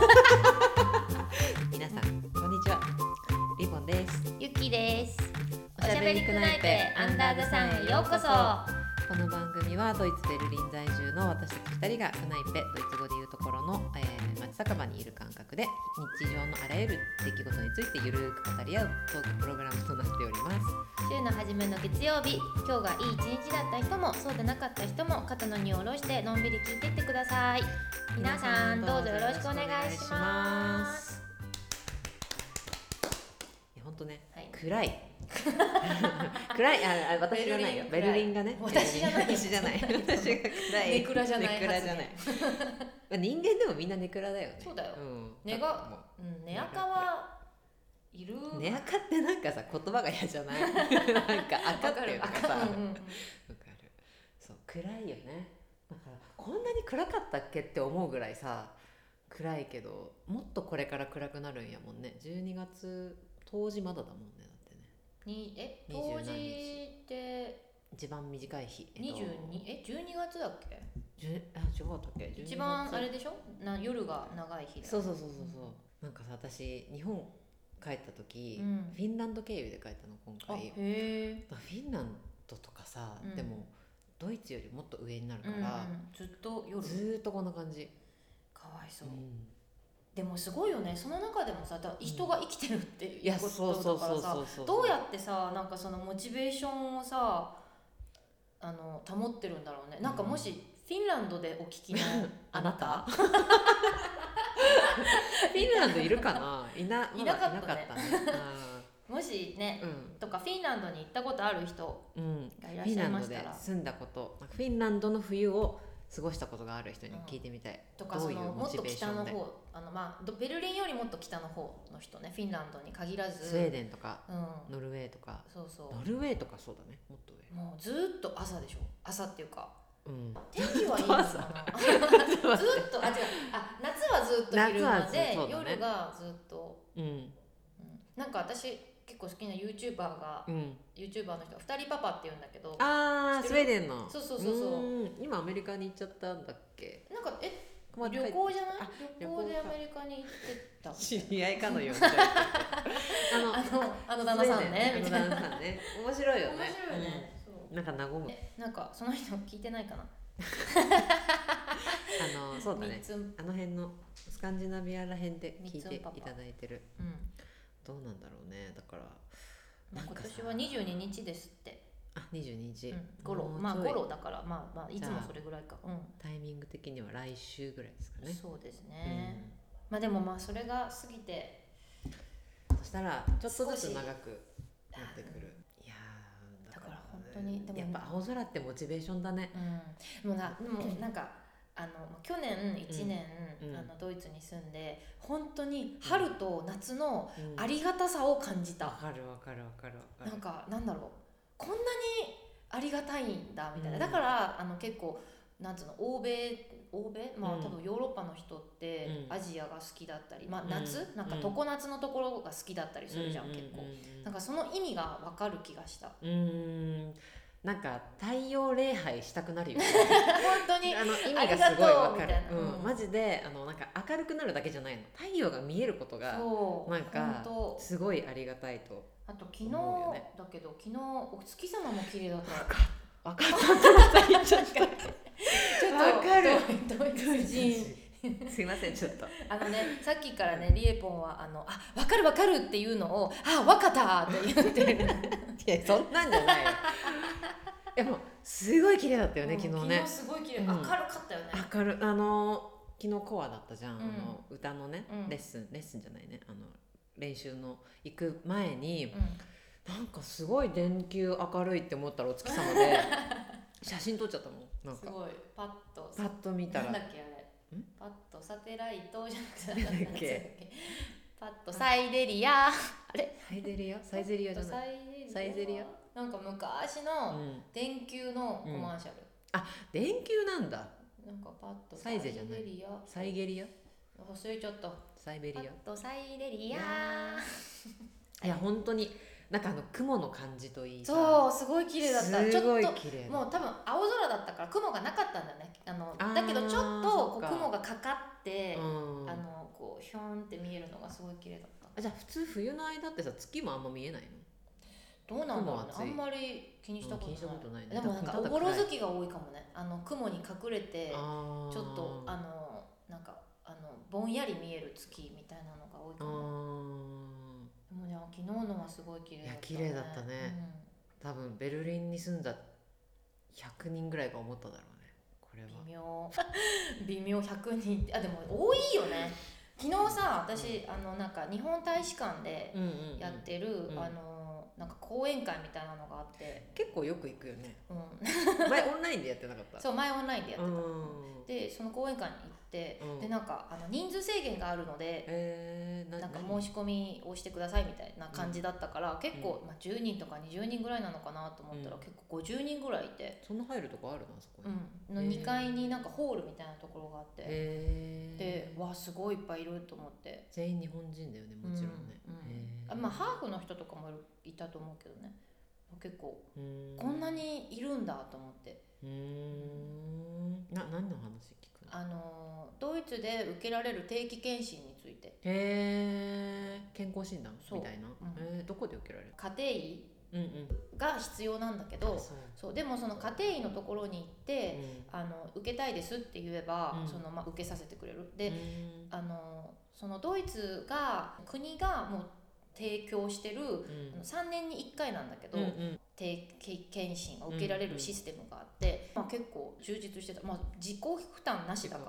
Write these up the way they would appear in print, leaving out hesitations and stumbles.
皆さんこんにちは、リボンです。 ゆきです。 おしゃべりクナイペアンダーザさんへようこそ。 この番組はドイツベルリン在住の私たち2人がクナイペ、ドイツ語でいうところの、街酒場にいる感覚で日常のあらゆる出来事についてゆるく語り合うトークプログラムとなっております。 週の初めの月曜日、今日がいい一日だった人もそうでなかった人も肩の荷を下ろしてのんびり聞いてってください。皆さんどうぞよろしくお願いします。 ほんとね、 はい、 暗い暗い、私じゃないよ、ベルリンがね、 私じゃない私が暗い、 ネクラじゃないネクラじゃない人間でもみんなネクラだよね。 そうだよ、ネアカはいる。 ネアカってなんかさ、言葉が嫌じゃないなんか赤っていうかさ、わかる。そう、暗いよね。だからこんなに暗かったっけって思うぐらいさ、暗いけどもっとこれから暗くなるんやもんね。12月冬至まだだもんね。だってね、 冬至って一番短い日、 12月だっけ。 違ったっけ。 一番あれでしょ、夜が長い日だ。 そう、なんかさ、私日本帰った時、フィンランド経由で帰ったの今回。フィンランドとかさ、でもドイツよりもっと上になるから、 ずっと夜、 ずっとこんな感じ。 かわいそう、でもすごいよね。その中でもさ、人が生きてるっていうことだからさ、どうやってさ、なんかそのモチベーションをさ保ってるんだろうね。なんかもしフィンランドでお聞きのあなたフィンランドいるかな。いなかったね。 もしね、とかフィンランドに行ったことある人がいらっしゃいましたら、 フィンランドで住んだこと、フィンランドの冬を過ごしたことがある人に聞いてみたい。 とか、そのもっと北の方、ベルリンよりもっと北の方の人ね、フィンランドに限らずスウェーデンとか、ノルウェーとか。ノルウェーとかそうだね、もっと上。 もうずっと朝でしょ。朝っていうか、天気はいいのかなずっと夏はずっと昼間で、夜がずっと、なんか私結構好きな YouTuber が、YouTuber の人が2人パパって言うんだけど、 スウェーデンの。 そう今アメリカに行っちゃったんだっけ。 なんか旅行じゃない。旅行でアメリカに行ってた。 知り合いかのようにあの旦那さんね、みたいな。 面白いよね。 面白いね。 なんか和む。 なんかその人聞いてないかな。 そうだね、あの辺のスカンジナビアら辺で聞いていただいてる。どうなんだろうね。だから今年は22日ですって。 22日頃だから、いつもそれぐらいか。 タイミング的には来週ぐらいですかね。 そうですね。でもそれが過ぎて、 そしたらちょっとずつ長くなってくる。いやだから本当に、でもやっぱ青空ってモチベーションだね。 でもなんか去年1年、ドイツに住んで、本当に春と夏のありがたさを感じた。 わかる。 なんかなんだろう、こんなにありがたいんだみたいな。だから結構なんつうの、欧米、多分ヨーロッパの人ってアジアが好きだったり、夏なんか常夏のところが好きだったりするじゃん、結構。なんかその意味が分かる気がした。 なんか太陽礼拝したくなるよね本当に意味がすごい分かる。マジでなんか明るくなるだけじゃないの。太陽が見えることがなんかすごいありがたいと。 あと昨日だけど、昨日お月様も綺麗だった。 分かったって言っちゃった。ちょっと分かる。ドイツ人すいません、ちょっとさっきからね、リエポンは分かるっていうのを分かったって言ってる。 いや、そんなんじゃないよ。でもすごい綺麗だったよね、昨日ね。 昨日すごい綺麗、明るかったよね。 昨日コアだったじゃん、歌のね、レッスンじゃないね、練習の行く前に、なんかすごい電球明るいって思ったらお月様で写真撮っちゃったもん。なんかすごいパッと見たら、 なんだっけあれ、パッとサテライトじゃなくて、なんだっけパッとサイデリア、あれサイゼリアじゃない、サイゼリア、 なんか昔の電球のコマーシャル。 電球なんだ。 なんかパッとサイゼじゃない、サイゲリア、 忘れちゃった。 サイベリア、 パッとサイデリア。 いや本当になんか雲の感じといいさ、 そうすごい綺麗だった。 すごい綺麗。 もう多分青空だったから雲がなかったんだよね。だけどちょっとこう雲がかかって、こうひょんって見えるのがすごい綺麗だった。 じゃあ普通冬の間ってさ月もあんま見えないの？ どうなんだろうね、あんまり気にしたことない、 ね、 でもなんかおぼろ月が多いかもね。雲に隠れてちょっとなんかぼんやり見える月みたいなのが多いかも。でもね昨日のはすごい綺麗だったね。いや綺麗だったね、多分ベルリンに住んだ100人ぐらいが思っただろうねこれは。 微妙100人でも多いよね。昨日さ私なんか日本大使館でやってる、なんか講演会みたいなのがあって、 結構よく行くよね、前オンラインでやってなかった？ そう前オンラインでやってた、でその講演会に行って、でなんか人数制限があるので、なんか申し込みをしてくださいみたいな感じだったから、結構、10人とか20人ぐらいなのかなと思ったら、結構50人ぐらいいて。 そんな入るとこあるなそこに。 の2階になんかホールみたいなところがあって、でわすごいいっぱいいると思って。 全員日本人だよねもちろんね、 ハーフの人とかもいたと思うけどね。結構こんなにいるんだと思って。 何の話聞くの？ドイツで受けられる定期検診について。 健康診断みたいな、どこで受けられる？ 家庭医が必要なんだけど、そうでもその家庭医のところに行って、受けたいですって言えば、受けさせてくれる。で、そのドイツが国がもう提供してる、3年に1回なんだけど、定期検診が受けられるシステムがあって、結構充実してた、自己負担なしだから。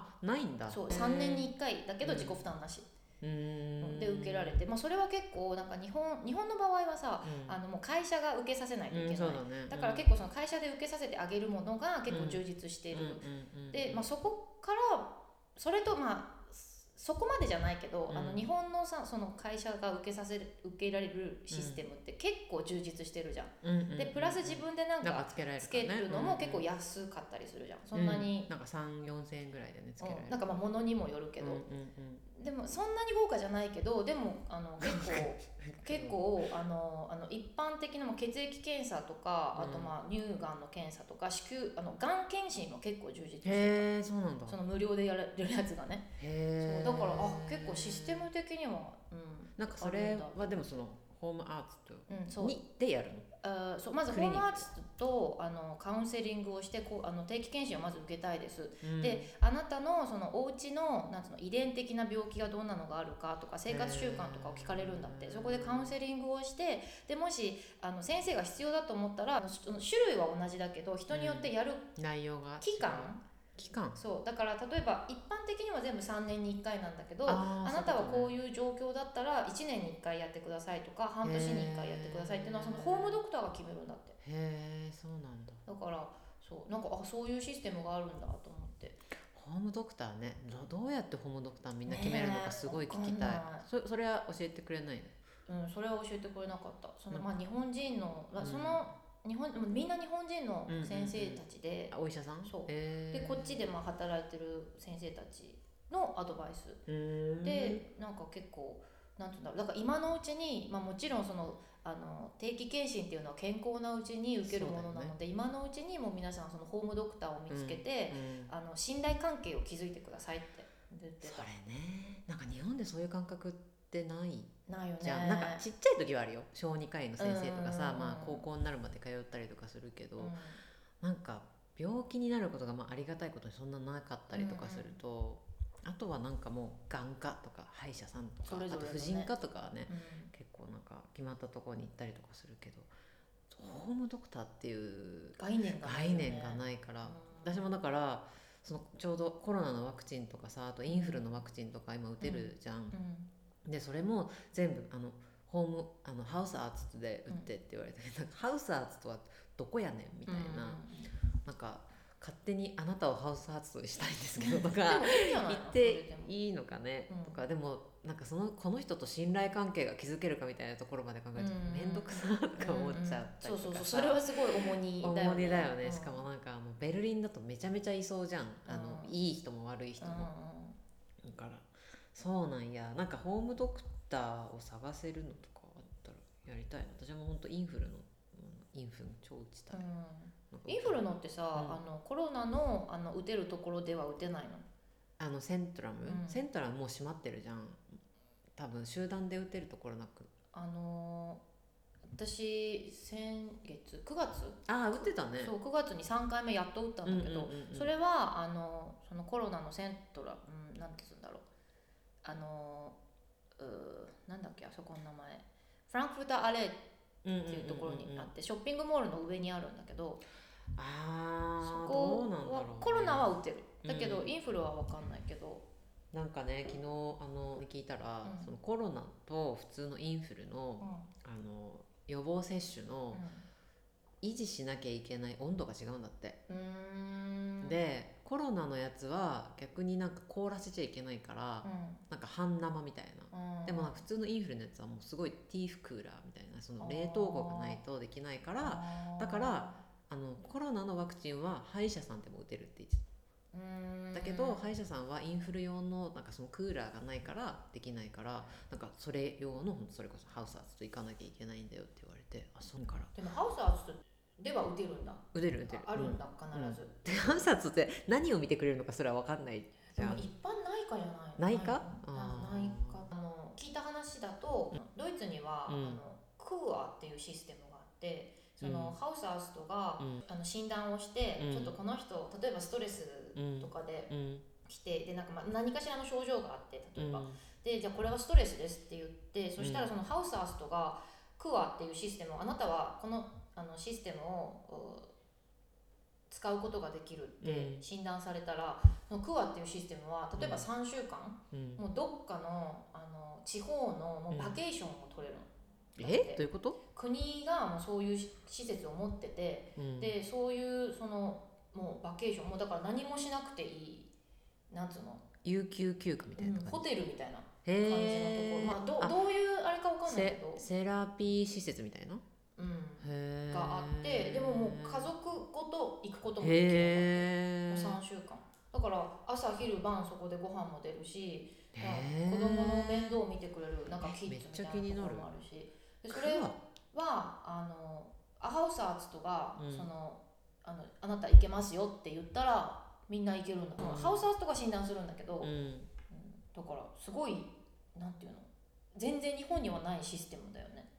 ないんだ。 そう3年に1回だけど自己負担なし、で受けられて、それは結構なんか日本の場合はさ、もう会社が受けさせないといけない、だから結構その会社で受けさせてあげるものが結構充実している、で、そこからそれとそこまでじゃないけど、日本のさその会社が受けられるシステムって結構充実してるじゃん、でプラス自分でなんかつけるのも結構安かったりするじゃん、そんなに、 なんか 3,4 千円ぐらいでねつけられる、 なんか物にもよるけど、でもそんなに豪華じゃないけど、でも結構一般的な血液検査とか、あと乳がんの検査とかがん検診も結構充実してた。 そうなんだ。 その無料でやれるやつがね。そうだから結構システム的には、 なんかそれはでもそのホームアーツとでやるの？ そうまずホームアーツとカウンセリングをして定期検診をまず受けたいです、であなたのそのお家のなんつうの遺伝的な病気がどんなのがあるかとか生活習慣とかを聞かれるんだって。そこでカウンセリングをして、でもし先生が必要だと思ったら種類は同じだけど人によってやる内容が期間、そうだから例えば一般的には全部3年に1回なんだけど、あなたはこういう状況だったら1年に1回やってくださいとか半年に1回やってくださいっていうのはそのホームドクターが決めるんだって。 そうなんだ。 だからなんかそういうシステムがあるんだと思って。 ホームドクターね、どうやってホームドクターみんな決めるのかすごい聞きたい。それは教えてくれないの？ それは教えてくれなかった。日本人のみんな日本人の先生たちで、 お医者さん？ そうでこっちで働いてる先生たちのアドバイスで、なんか結構なんていうんだろう、だから今のうちに、もちろんその定期検診っていうのは健康なうちに受けるものなので、今のうちにもう皆さんそのホームドクターを見つけて、信頼関係を築いてくださいって言ってた。 それね、なんか日本でそういう感覚ってないよね。 じゃん。なんかちっちゃい時はあるよ、小児科医の先生とかさ、高校になるまで通ったりとかするけど、なんか病気になることがありがたいことにそんななかったりとかすると、あとはなんかもう眼科とか歯医者さんとか、あと婦人科とかはね、結構なんか決まったところに行ったりとかするけど、ホームドクターっていう概念がないから、私もだからちょうどコロナのワクチンとかさ、あとインフルのワクチンとか今打てるじゃん、でそれも全部ホームハウスアーツで打ってって言われて、なんかハウスアーツとはどこやねんみたいな、なんか勝手にあなたをハウスアーツとしたいんですけどとか言っていいのかね、とか、でもなんかこの人と信頼関係が築けるかみたいなところまで考えて面倒くさとか思っちゃったりとかさ、 それはすごい重荷だよね。しかもなんかベルリンだとめちゃめちゃいそうじゃん、いい人も悪い人も、だからそうなんや。なんかホームドクターを探せるのとかあったらやりたいな。私も本当インフル超打ちたい、 インフルのってさ、コロナの打てるところでは打てないの？ セントラム、セントラムもう閉まってるじゃん。多分集団で打てるところなく。 私先月9月打ってたね。 そう9月に3回目やっと打ったんだけど、それはそのコロナのセントラム、なんて言うんだろう、なんだっけあそこの名前、フランクフルトアレーっていうところにあって、ショッピングモールの上にあるんだけど、そこはコロナは打てる。だけどインフルは分かんないけど、 なんかね、昨日聞いたら、そのコロナと普通のインフルの、予防接種の維持しなきゃいけない温度が違うんだって。でコロナのやつは逆になんか凍らせちゃいけないから、なんか半生みたいな、でもなんか普通のインフルのやつはもうすごいティーフクーラーみたいな、その冷凍庫がないとできないから、だからコロナのワクチンは歯医者さんでも打てるって言ってた。だけど歯医者さんはインフル用のなんかそのクーラーがないからできないから、なんかそれ用のそれこそハウスアーツと行かなきゃいけないんだよって言われて、そうから。 でもハウスアーツでは打てるんだ。 打てるあるんだ、必ず。 でハウスアーツって何を見てくれるのかそれは分かんないじゃん。 でも一般内科じゃない内科？ 内科聞いた話だと、ドイツにはクーアっていうシステムがあって、そのハウスアーツとが診断をして、ちょっとこの人例えばストレスとかで来て、でなんか何かしらの症状があって、例えば、でじゃあこれはストレスですって言って、そしたらそのハウスアーツとがクーアっていうシステムを、あなたはこのシステムを使うことができるって診断されたら、そのクアっていうシステムは例えば3週間、もうどっかの地方のもうバケーションを取れるの。 どういうこと？ 国がもうそういう施設を持ってて、でそういうそのもうバケーションもだから何もしなくていい、なんつうの、 有給休暇みたいな感じ、 ホテルみたいな感じのところ、どういうあれか分かんないけど、 セラピー施設みたいな、 があって、でももう家族ごと行くこともできるの。3週間だから朝昼晩そこでご飯も出るし、子供の面倒を見てくれるなんかキッズみたいなところもあるし、でそれはハウスアーツとか、そのあなた行けますよって言ったらみんな行けるんだ、ハウスアーツとか診断するんだけど、だからすごいなんていうの、全然日本にはないシステムだよね。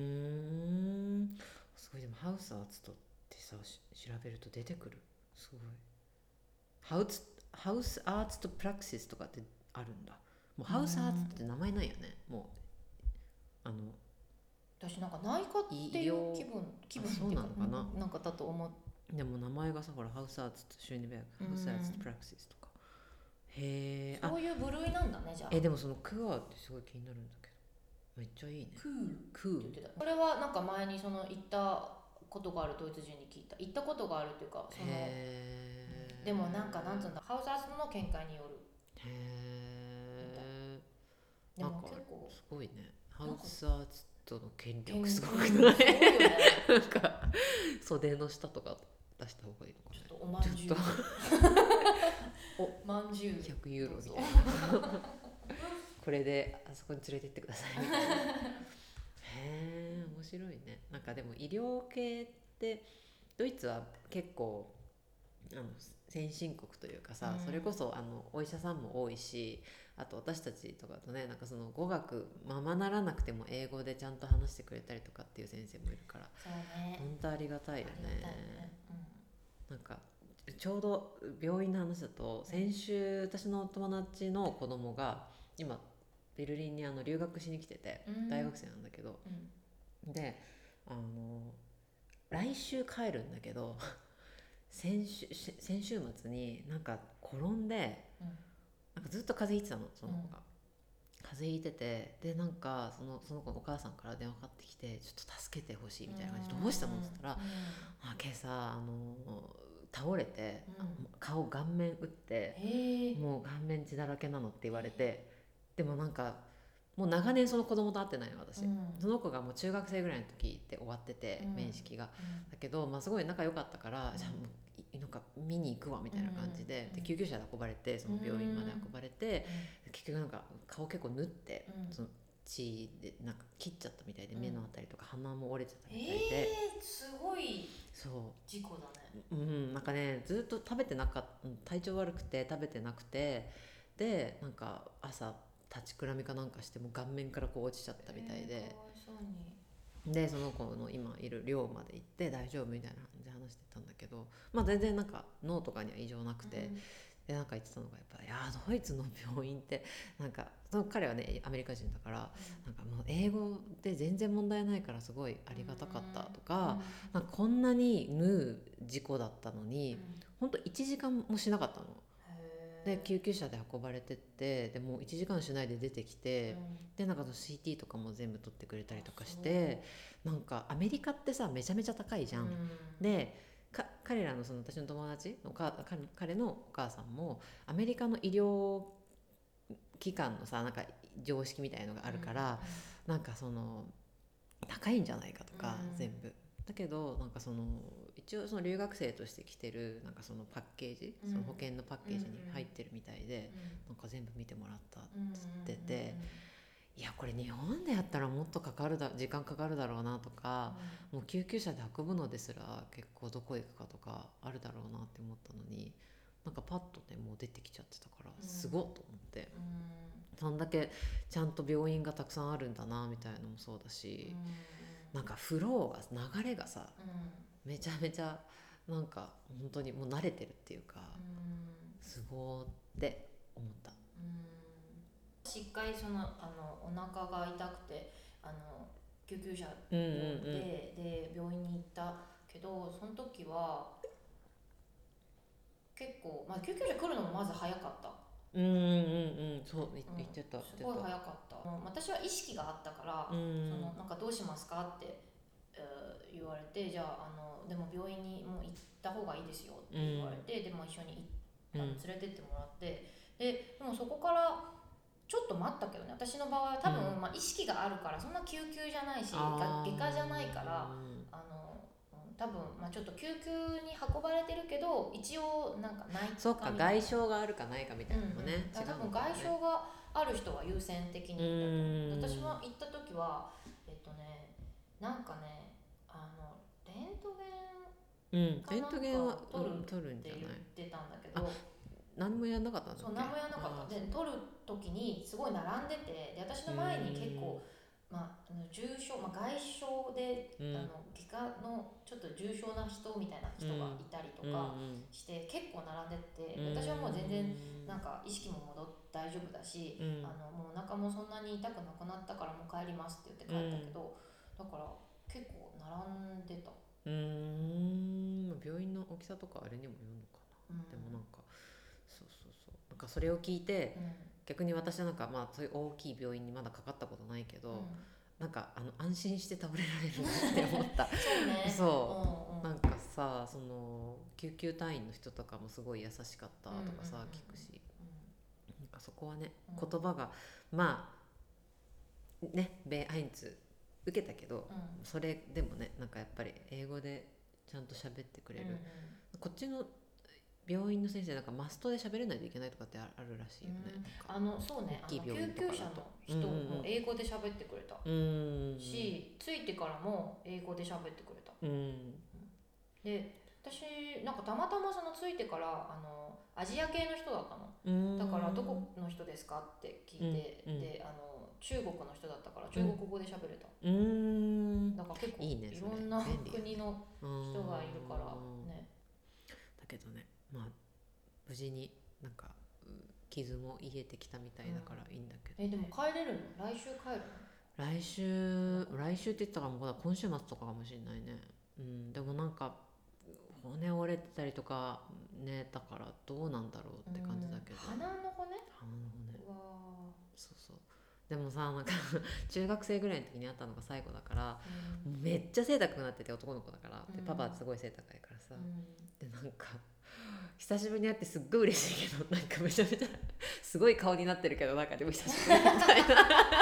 すごい。でもハウスアーツとってさ、調べると出てくる。すごい。ハウスアーツとプラクシスとかってあるんだ。もうハウスアーツって名前ないよね。もう私なんか内科っていう気分っていうか、 そうなのかな、 なんかだと思う。 でも名前がさ、ほらハウスアーツとシューネベルク、ハウスアーツとプラクシスとか。へえ。 そういう部類なんだね、じゃあ。 でもそのクアってすごい気になるんだけど、めっちゃいいね。クーって言ってた。これはなんか前にその行ったことがあるドイツ人に聞いた。行ったことがあるっていうか、そのでもなんかなんつうんだ、ハウスアーツの見解による。でも結構すごいね。ハウスアーツとの権力すごくない？なんか袖の下とか出した方がいいのかな。 ちょっとおまんじゅう。おまんじゅう。 100ユーロみたいな。これであそこに連れて行ってくださいみたいな。へえ、面白いね。なんかでも医療系ってドイツは結構先進国というかさ、それこそお医者さんも多いし、あと私たちとかとね、なんかその語学ままならなくても英語でちゃんと話してくれたりとかっていう先生もいるから、 そうね、 本当ありがたいよね。なんかちょうど病院の話だと、先週私の友達の子供が今ベルリンに留学しに来てて、大学生なんだけど、で来週帰るんだけど先週末になんか転んで、なんかずっと風邪ひいてたの、その子が。風邪ひいてて、でなんかその子のお母さんから電話かかってきて、ちょっと助けてほしいみたいな感じで、どうしたのって言ったら、今朝倒れて、顔顔面打って、もう顔面血だらけなのって言われて、でもなんかもう長年その子供と会ってないの私、その子がもう中学生ぐらいの時って終わってて、面識が、だけど、すごい仲良かったから、じゃあもうなんか見に行くわみたいな感じで、で救急車で運ばれて、その病院まで運ばれて、結局なんか顔結構縫って、その血でなんか切っちゃったみたいで、目のあたりとか鼻も折れちゃったみたいで、 すごいそう事故だね。 なんかねずっと食べてなかった、体調悪くて食べてなくて、でなんか朝立ちくらみかなんかしても顔面からこう落ちちゃったみたいで、 かわいそうに。 でその子の今いる寮まで行って大丈夫みたいな感じで話してたんだけど、まあ全然なんか脳とかには異常なくて、でなんか言ってたのがやっぱ、いやドイツの病院ってなんかその彼はねアメリカ人だから、なんかもう英語で全然問題ないからすごいありがたかったとか、なんかこんなに縫う事故だったのに、ほんと1時間もしなかったの。で救急車で運ばれてって、でもう1時間しないで出てきて、でなんか CT とかも全部取ってくれたりとかして、なんかアメリカってさめちゃめちゃ高いじゃん。で彼らのその私の友達の彼のお母さんもアメリカの医療機関のさなんか常識みたいのがあるから、なんかその高いんじゃないかとか、全部だけどなんかその一応その留学生として来てるなんかそのパッケージ、その保険のパッケージに入ってるみたいで、なんか全部見てもらったって言ってて、いやこれ日本でやったらもっと時間かかるだろうなとか、もう救急車で運ぶのですら結構どこ行くかとかあるだろうなって思ったのに、なんかパッとねもう出てきちゃってたからすごっと思って、そんだけちゃんと病院がたくさんあるんだなみたいなのもそうだし、なんかフローが流れがさ、めちゃめちゃなんか本当にもう慣れてるっていうか、すごーって思った。 しっかりお腹が痛くて救急車呼んで、で病院に行ったけど、その時は結構、救急車来るのもまず早かった。 そう言ってた、 すごい早かった。私は意識があったから、なんかどうしますかって、言われて、じゃあでも病院にもう行った方がいいですよって言われて、でも一緒に連れてってもらって、でもそこからちょっと待ったけどね、私の場合は多分、意識があるからそんな救急じゃないし、外科じゃないから、多分、ちょっと救急に運ばれてるけど一応なんかないかみたいな、 そうか外傷があるかないかみたいなのね、 多分外傷がある人は優先的にだと思う。私は行った時はなんかねレントゲンかなんか取るって言ってたんだけど、 何もやんなかったんだっけ。 そう何もやんなかった。で取る時にすごい並んでて、で私の前に結構重症、外傷で、外科のちょっと重症な人みたいな人がいたりとかして、結構並んでて、私はもう全然なんか意識も大丈夫だし、もうお腹もそんなに痛くなくなったからもう帰りますって言って帰ったけど、だから結構並んでた。 病院の大きさとかあれにもよるのかな、でもなんかそうなんかそれを聞いて、逆に私はなんかそういう大きい病院にまだかかったことないけど、なんか安心して倒れられるなって思ったそうね。 そう、なんかさその救急隊員の人とかもすごい優しかったとかさ、聞くし、なんかそこはね、言葉がベアインツ受けたけど、それでもねなんかやっぱり英語でちゃんと喋ってくれる、こっちの病院の先生なんかマストで喋れないといけないとかってあるらしいよね。 そうね、救急車の人も英語で喋ってくれたし、着いてからも英語で喋ってくれた。で私なんかたまたまその着いてからアジア系の人だったの。だからどこの人ですかって聞いて、で中国の人だったから中国語で喋れた。だから結構いろんな国の人がいるからね。 だけどね、無事になんか傷も癒えてきたみたいだからいいんだけど、 でも帰れるの？来週帰るの？ 来週って言ったからもう今週末とかかもしれないね。でもなんか骨折れてたりとかね、だからどうなんだろうって感じだけど、 鼻の骨うわそうでもさなんか中学生ぐらいの時に会ったのが最後だから、めっちゃ背高くなってて、男の子だから、でパパはすごい背高いからさ、でなんか久しぶりに会ってすっごい嬉しいけど、なんかめちゃめちゃすごい顔になってるけど、なんかでも久しぶりみたいななんか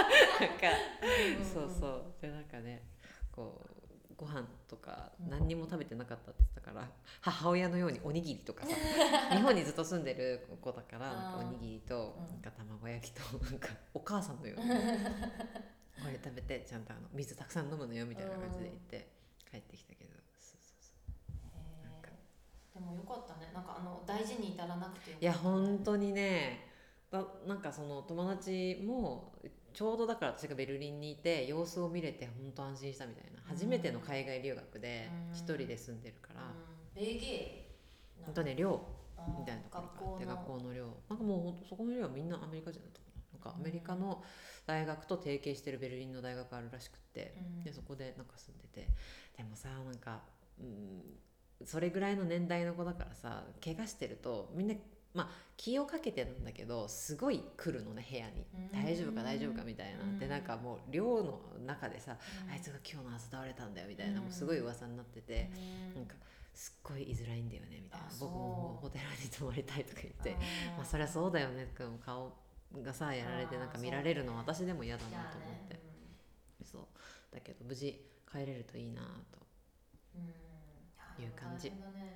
そうでなんかね、こうご飯とか何にも食べてなかったって言ってたから、母親のようにおにぎりとかさ日本にずっと住んでる子だから、なんかおにぎりとなんか卵焼きとなんかお母さんのようにこれ食べてちゃんと水たくさん飲むのよみたいな感じで言って帰ってきたけど、なんかでもよかったね、なんか大事に至らなくてよかったね。 いや本当にね、なんかその友達もちょうどだから私がベルリンにいて様子を見れて本当安心したみたいな、初めての海外留学で一人で住んでるから、 ベーゲー本当ね寮みたいなところがあって、学校の寮なんかもう本当そこの寮はみんなアメリカ人だったかな、なんかアメリカの大学と提携してるベルリンの大学あるらしくって、でそこでなんか住んでて、でもさなんか、それぐらいの年代の子だからさ、怪我してるとみんなまあ気をかけてるんだけどすごい来るのね部屋に、大丈夫か大丈夫かみたいな、でなんかもう寮の中でさ、あいつが今日の朝倒れたんだよみたいな、もうすごい噂になってて、なんかすっごい居づらいんだよねみたいな、僕もホテルに泊まりたいとか言って、まあそりゃそうだよね、顔がさやられてなんか見られるのは私でも嫌だなと思って、そうだけど無事帰れるといいなという感じ。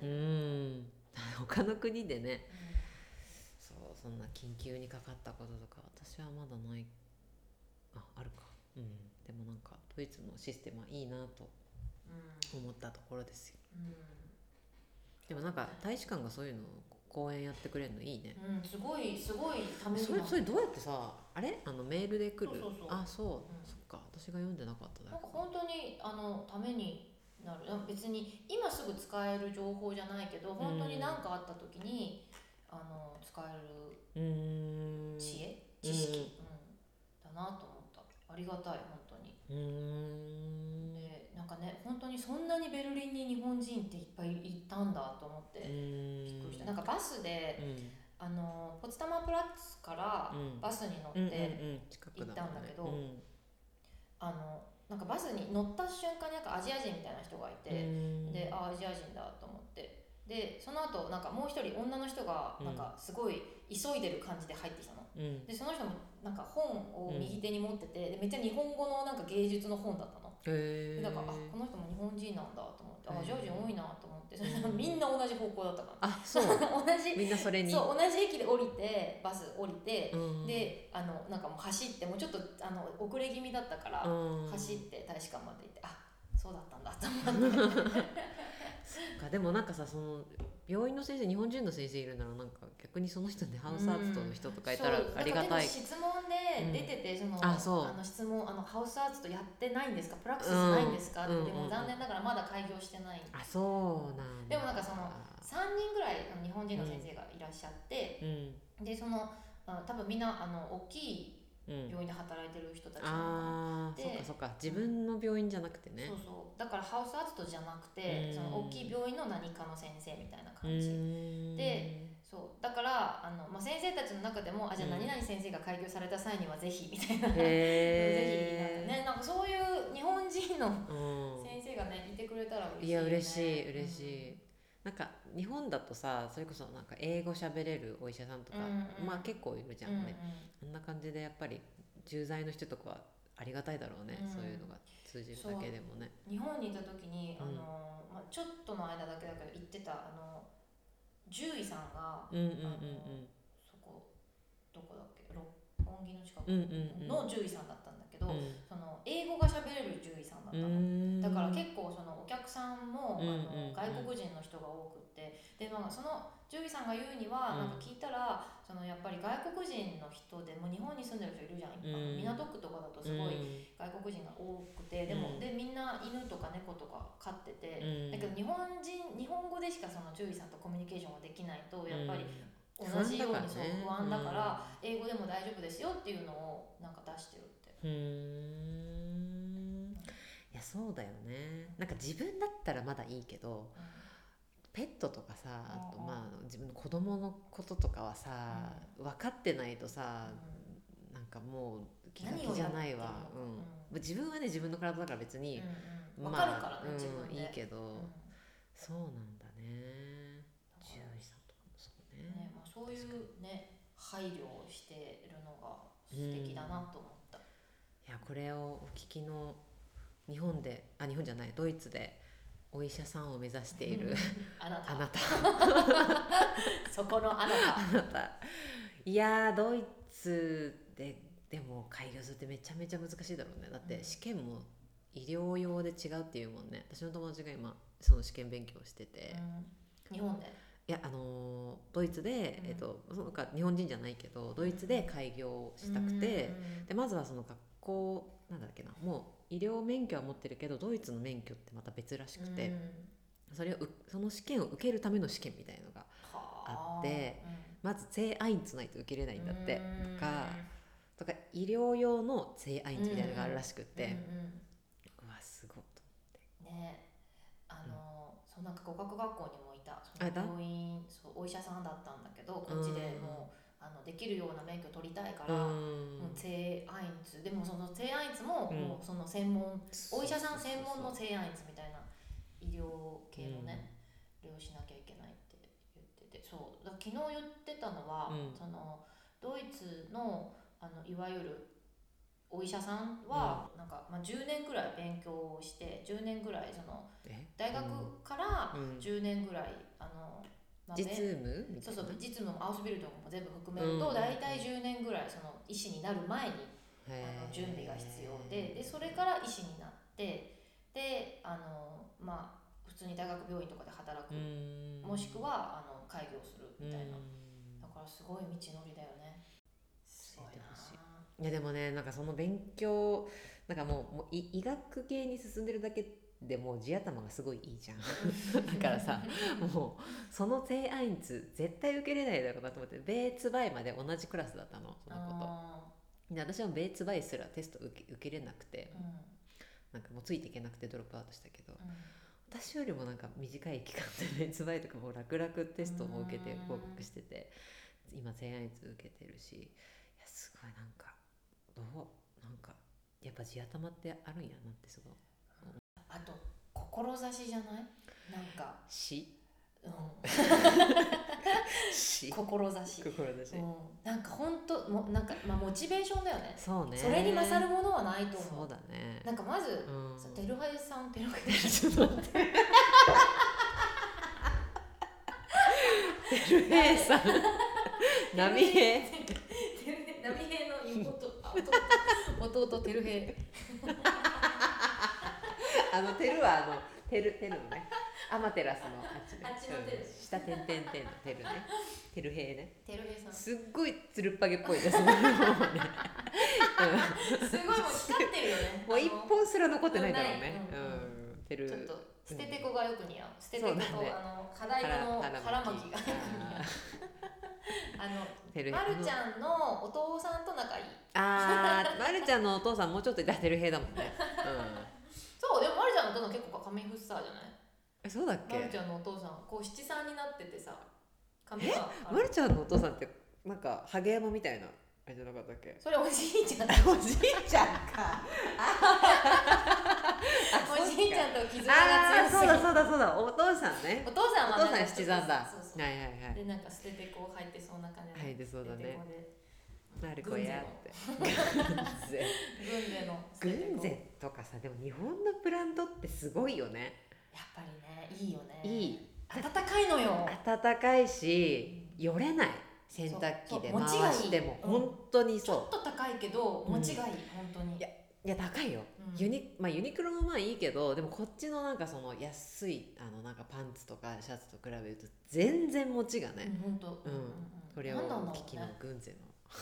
他の国でね、そんな緊急にかかったこととか私はまだない、あるか、でもなんかドイツのシステムはいいなと思ったところですよ。でもなんか大使館がそういうの講演やってくれるのいいね。 すごいためになる。 それどうやってさ、あれメールで来る？ そう、 そっか、私が読んでなかっただけ。 なんか本当にためになる。別に今すぐ使える情報じゃないけど、本当に何かあった時に使える知識、だなと思った。ありがたい本当に。でなんかね、本当にそんなにベルリンに日本人っていっぱいいたんだと思ってびっくりした。なんかバスで、ポツタマプラッツからバスに乗って行ったんだけど、なんかバスに乗った瞬間になんかアジア人みたいな人がいて、でアジア人だと思って、でその後なんかもう一人女の人がなんかすごい急いでる感じで入ってきたの、でその人もなんか本を右手に持ってて、でめっちゃ日本語のなんか芸術の本だったの。でだからこの人も日本人なんだと思って、アジア人多いなと思って、それみんな同じ方向だったから、 そう同じみんなそれにそう同じ駅で降りてバス降りて、でなんかもう走って、もうちょっと遅れ気味だったから、走って大使館まで行って、そうだったんだと思ってでもなんかさ、その病院の先生、日本人の先生いるならなんか逆にその人でハウスアーツの人とかいたらありがたい。 質問で出てて、質問ハウスアーツとやってないんですか、プラクシスないんですかって、でも残念ながらまだ開業してない。 そうなんだ。 でもなんかその3人ぐらい日本人の先生がいらっしゃって、でその多分みんな大きい病院で働いてる人たちなのかな。 そっか自分の病院じゃなくてね。 そうだからハウスアーツとじゃなくて、その大きい病院の何かの先生みたいな感じで、そうだから先生たちの中でもじゃあ何々先生が開業された際にはぜひみたいな、ぜひね、なんかそういう日本人の先生がねいてくれたら嬉しいよね。いや嬉しい。なんか日本だとさ、それこそなんか英語喋れるお医者さんとか、まあ結構いるじゃんね、あんな感じでやっぱり駐在の人とかはありがたいだろうね、そういうのが通じるだけでもね。 日本にいた時にちょっとの間だけだけど行ってた獣医さんが、そこどこだっけ、六本木の近くの獣医さんだったんだけど、その英語が喋れる獣医さんだったの。だから結構そのお客さんも外国人の人が多くて、でその獣医さんが言うには、なんか聞いたらそのやっぱり外国人の人でも日本に住んでる人いるじゃん、港区とかだとすごい外国人が多くて、でもでみんな犬とか猫とか飼ってて、だけど日本語でしかその獣医さんとコミュニケーションができないと、やっぱり同じようにそう不安だから、英語でも大丈夫ですよっていうのをなんか出してるって。 いやそうだよね。なんか自分だったらまだいいけど、ペットとかさ、あと自分の子供のこととかはさ、分かってないとさ、なんかもう気が気じゃないわ。自分はね自分の体だから別に分かるからね、自分でいいけど、そうなんだね。獣医さんとかもそうね。 そういうね配慮をしてるのが素敵だなと思った。 いやこれをお聞きの日本じゃないドイツでお医者さんを目指しているあなたそこのあなたいやドイツででも開業するってめちゃめちゃ難しいだろうね。だって試験も医療用で違うっていうもんね。私の友達が今その試験勉強してて、 日本でいやドイツで、そのか日本人じゃないけどドイツで開業したくて、でまずはその学校なんだっけな、もう医療免許は持ってるけどドイツの免許ってまた別らしくて、その試験を受けるための試験みたいのがあって、まずゼーアインツないと受けれないんだってとか医療用のゼーアインツみたいなのがあるらしくって、うわすごいと思ってね。そうなんか語学学校にもいたその病院、そうお医者さんだったんだけど、こっちでもうできるような免許取りたいから、もうゼーアインツでもそのゼーアインツも、もうその専門お医者さん専門のゼーアインツみたいな医療系のね、療しなきゃいけないって言ってて、そうだ昨日言ってたのは、そのドイツのいわゆるお医者さんはなんか、10年くらい勉強をして10年くらいその大学から10年くらい実務みたいな、 そう実務もアウスビルドも全部含めると大体10年くらいその医師になる前に準備が必要でそれから医師になってで普通に大学病院とかで働くもしくは開業するみたいな、だからすごい道のりだよね。すごいな。 いやでもね、なんかその勉強なんかもう医学系に進んでるだけでもう地頭がすごいいいじゃんだからさ、もうそのゼーアインツ絶対受けれないだろうなと思って、ベーツバイまで同じクラスだったの、その子と。で私はベーツバイすらテスト受けれなくて、なんかもうついていけなくてドロップアウトしたけど、私よりもなんか短い期間でベーツバイとかも楽々テストも受けて合格してて、今ゼーアインツ受けてるし、いやすごいなんかなんかやっぱ地頭ってあるんやなってすごい。 あと志じゃない？なんか志志、 なんか本当もなんかモチベーションだよね。 そうね。 それに勝るものはないと思う。 そうだね。 なんかまず、テルハエさんテルハエさん波平の弟テルヘテルはテルのね、アマテラスのあっちのテル、下点々点のテルね、テルヘイね。 テルヘイさんすっごいつるっぱげっぽいですね。 すごいもう光ってるよね。 もう一本すら残ってないだろうね。テルちょっと捨ててこがよく似合う。捨ててこと課題の腹巻きがよく似合う。まるちゃんのお父さんと仲いい。 まるちゃんのお父さんもうちょっといたらテルヘイだもんね。 そうでもまるちゃんのお父さん結構髪フッサーじゃない？ そうだっけ？ まるちゃんのお父さんこう七三になっててさ、髪がまるちゃんのお父さんってなんかハゲ山みたいなあれじゃなかったっけ？ それおじいちゃん。 おじいちゃんか。 おじいちゃんと絆が強すぎる。 そうだお父さんね。 お父さんは七三だ。 はいでなんか捨ててこう入ってそうな感じで。 入ってそうだね。なる子やって。軍勢とかさ、でも日本のブランドってすごいよね。 やっぱりね、いいよね。 いい。 暖かいのよ。 暖かいし、よれない。洗濯機で回しても本当にそう。 ちょっと高いけど持ちがいい、本当に。 いや高いよ。ユニクロもまあいいけど、でもこっちのなんかその安いなんかパンツとかシャツと比べると全然持ちがね。 本当。 これをお聞きの軍勢の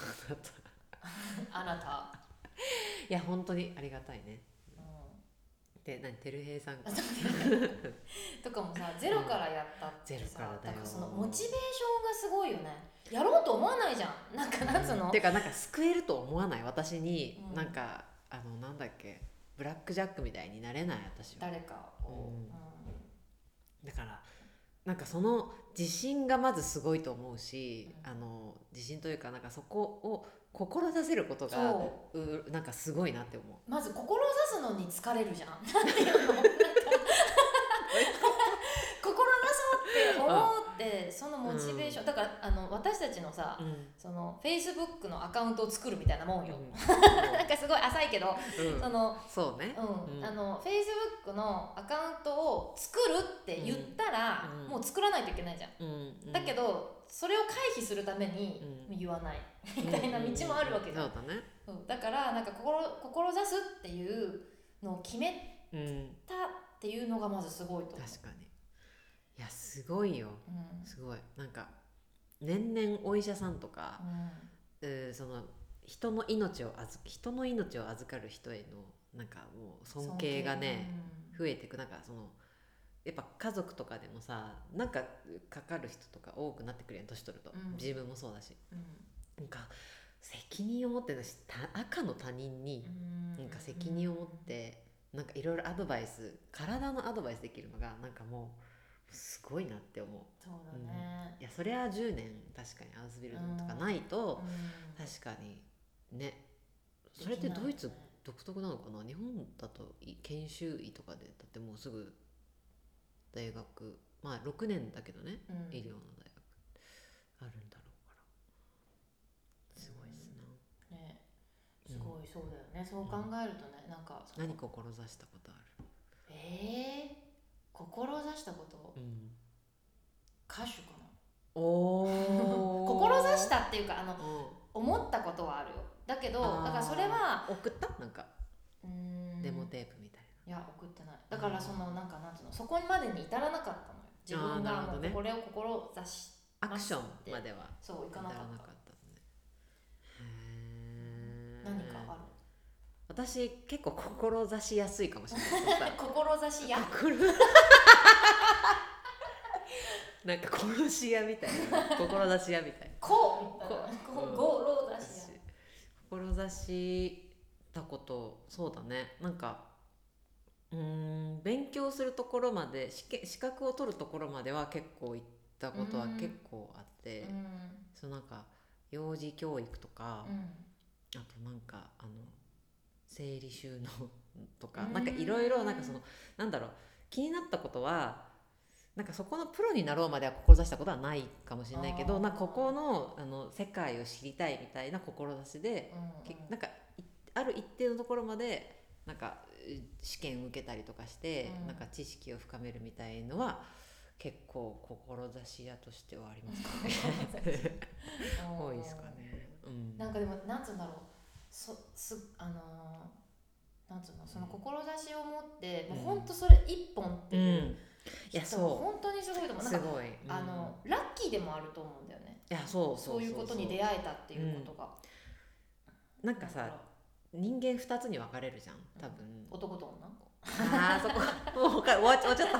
あなた。 いや本当にありがたいね。でテルヘイさんとかもさ、ゼロからやったってさ、 ゼロからだよ。 そのモチベーションがすごいよね。やろうと思わないじゃん。なんかなんつうの。 てかなんか救えると思わない？私になんかなんだっけ、ブラックジャックみたいになれない私は。 誰かを。 だからなんかその自信がまずすごいと思うし、自信というかなんかそこを志せることがなんかすごいなって思う。 まず志すのに疲れるじゃん。なんていうの。志そうって思ってそのモチベーション、だから私たちのさ、その Facebook のアカウントを作るみたいなもんよ、なんかすごい浅いけど、 そうね、 Facebook のアカウントを作るって言ったら、もう作らないといけないじゃん、だけどそれを回避するために言わないみたいな道もあるわけじゃん、 そうだね、 だからなんか志すっていうのを決めたっていうのがまずすごいと思う。 確かに、いやすごいよ、すごい、なんか年々お医者さんとか、その人の命を預かる人へのなんかもう尊敬がね、増えていく。なんかそのやっぱ家族とかでもさ、なんかかかる人とか多くなってくるやん、年取ると、自分もそうだし、なんか責任を持って赤の他人になんか責任を持ってなんかいろいろアドバイス、体のアドバイスできるのがなんかもうすごいなって思う。 そうだね、 いやそれは10年確かにアウスビルドとかないと、確かにね、それってドイツ独特なのかな。日本だと研修医とかでだってもうすぐ大学、まあ6年だけどね、医療の大学あるんだろうから、すごいですな、 ね、すごい、そうだよね、そう考えるとね、なんか何志したことある？ 志したこと、歌手かな。志したっていうか思ったことはあるよ。だけどだからそれは送ったなんかデモテープみたいな。 いや送ってない。だからそのなんつうの、そこまでに至らなかったのよ。自分がもうこれを志しアクションまではそういかなかったのね。何かある？ 私結構志しやすいかもしれない。 志やなんか殺し屋みたいな、志屋みたいな。志したことそうだね。なんか勉強するところまで資格を取るところまでは結構行ったことは結構あって、そのなんか幼児教育とか、あとなんか生理収納とか、なんかいろいろなんかそのなんだろう、気になったことはなんかそこのプロになろうまでは志したことはないかもしれないけど、なんかここの世界を知りたいみたいな志で、なんかある一定のところまでなんか試験受けたりとかして、なんか知識を深めるみたいのは結構志屋としてはありますかね。多いですかね。 なんかでもなんつうんだろう、なんつうの、その志を持って、もう本当それ一本っていう人は本当にすごいと思う。なんかすごい、 ラッキーでもあると思うんだよね。 いやそういうことに出会えたっていうことが、 なんかさ、人間2つに分かれるじゃん多分、 男と女。 そこもう終わっちゃった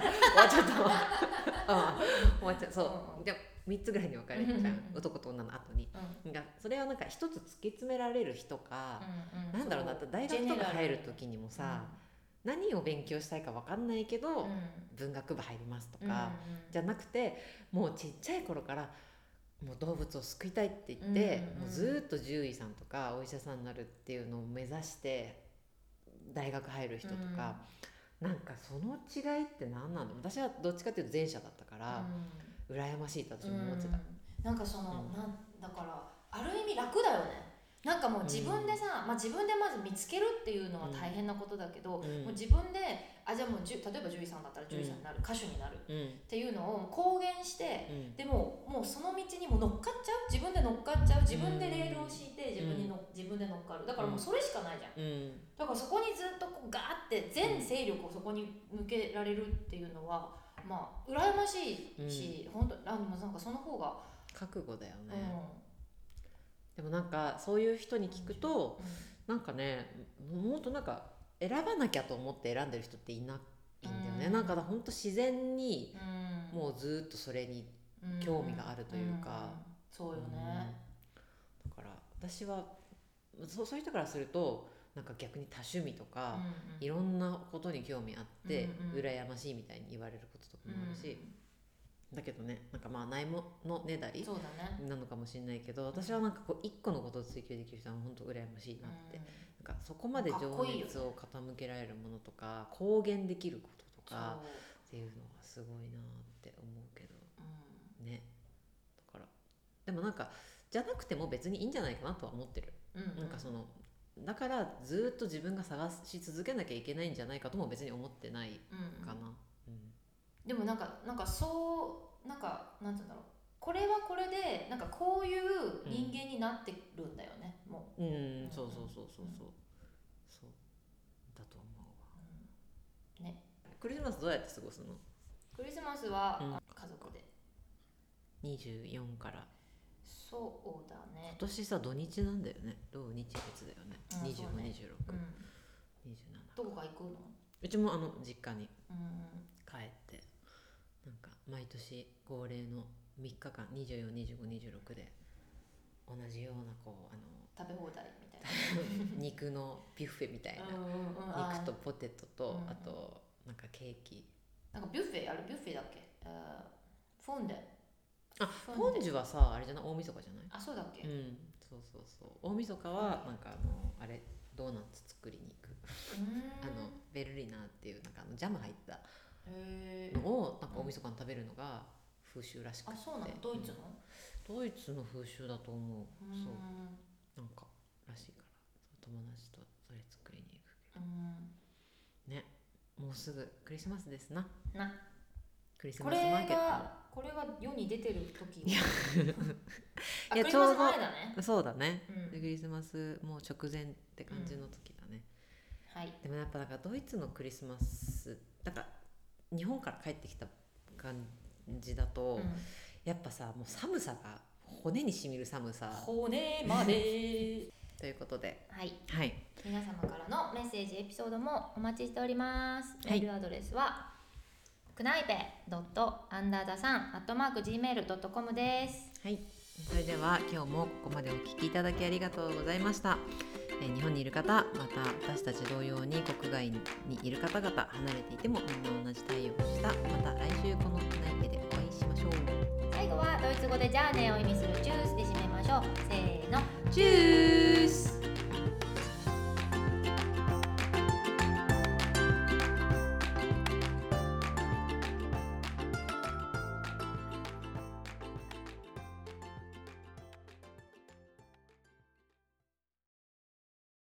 そうで3つぐらいに分かれるじゃん、男と女の後に、それはなんか一つ突き詰められる人か、なんだろうな、大学とか入る時にもさ、何を勉強したいか分かんないけど、文学部入りますとか、じゃなくてもうちっちゃい頃からもう動物を救いたいって言って、もうずっと獣医さんとかお医者さんになるっていうのを目指して大学入る人とか、なんかその違いって何なんだろう。私はどっちかっていうと前者だったから、羨ましいと私も思ってた。 なんかその、だからある意味楽だよね。なんかもう自分でさ、自分でまず見つけるっていうのは大変なことだけど、もう自分でじゃあもう例えば獣医さんだったら獣医さんになる、歌手になるっていうのを公言して、でもうその道にも乗っかっちゃう、自分で乗っかっちゃう、自分でレールを敷いて自分で乗っかる。だからもうそれしかないじゃん、だからそこにずっとこうガーって全勢力をそこに向けられるっていうのはまあ羨ましいし、本当なんかその方が覚悟だよね、でもなんかそういう人に聞くと、なんかね、もっとなんか選ばなきゃと思って選んでる人っていないんだよね、なんかほんと自然にもうずっとそれに興味があるというか、 そうよね、 だから私はそういう人からするとなんか逆に多趣味とか、いろんなことに興味あって、羨ましいみたいに言われることとかもあるし、だけどね、なんかまあないものねだりなのかもしれないけど、私はなんかこう一個のことを追求できる人は本当羨ましいなって、なんかそこまで情熱を傾けられるものとか、公言できることとかっていうのはすごいなって思うけど、ね。 なんかじゃなくても別にいいんじゃないかなとは思ってる、なんかそのだからずっと自分が探し続けなきゃいけないんじゃないかとも別に思ってないかな、 でもなんかそうなんかなんていうんだろう、これはこれでなんかこういう人間になってるんだよね、もう。 そうだと思うわ、ね。クリスマスどうやって過ごすの？ クリスマスは、家族で 24から。 そうだね。 今年さ土日なんだよね。土日月だよね。25、 ね、 26、27。 どこか行くの？ うちも実家に帰って、なんか毎年恒例の3日間24、25、26で同じようなこう食べ放題みたいな肉のビュッフェみたいな、肉とポテトと、あとなんかケーキ、 なんかビュッフェあれビュッフェだっけ？フォンデ。 フォンジュはさあれじゃない？大晦日じゃない？ あ、そうだっけ？ そう大晦日はなんかあれドーナツ作りに行くベルリナーっていうなんかジャム入ったのをなんか大晦日に食べるのが風習らしくて。 あ、そうなの？ドイツの？ ドイツの風習だと思う。そうなんからしいから友達とそれ作りに行くけどね。もうすぐクリスマスですな。クリスマスマーケット。 これが世に出てる時いやちょうど前だね。 そうだね、クリスマスもう直前って感じの時だね、 はい。 でもやっぱなんかドイツのクリスマスなんか日本から帰ってきた感じだと、やっぱさもう寒さが骨にしみる寒さ、 骨までということで、 はい、皆様からのメッセージエピソードもお待ちしております。メールアドレスはクナイペ._3@gmail.com です。 はい、それでは今日もここまでお聞きいただきありがとうございました。日本にいる方、また私たち同様に国外にいる方々、離れていてもみんな同じ対応をした、また来週このクナイペでお会いしましょう。 最後はドイツ語でじゃあねを意味するチュースで締めましょう。せーの、 チュース。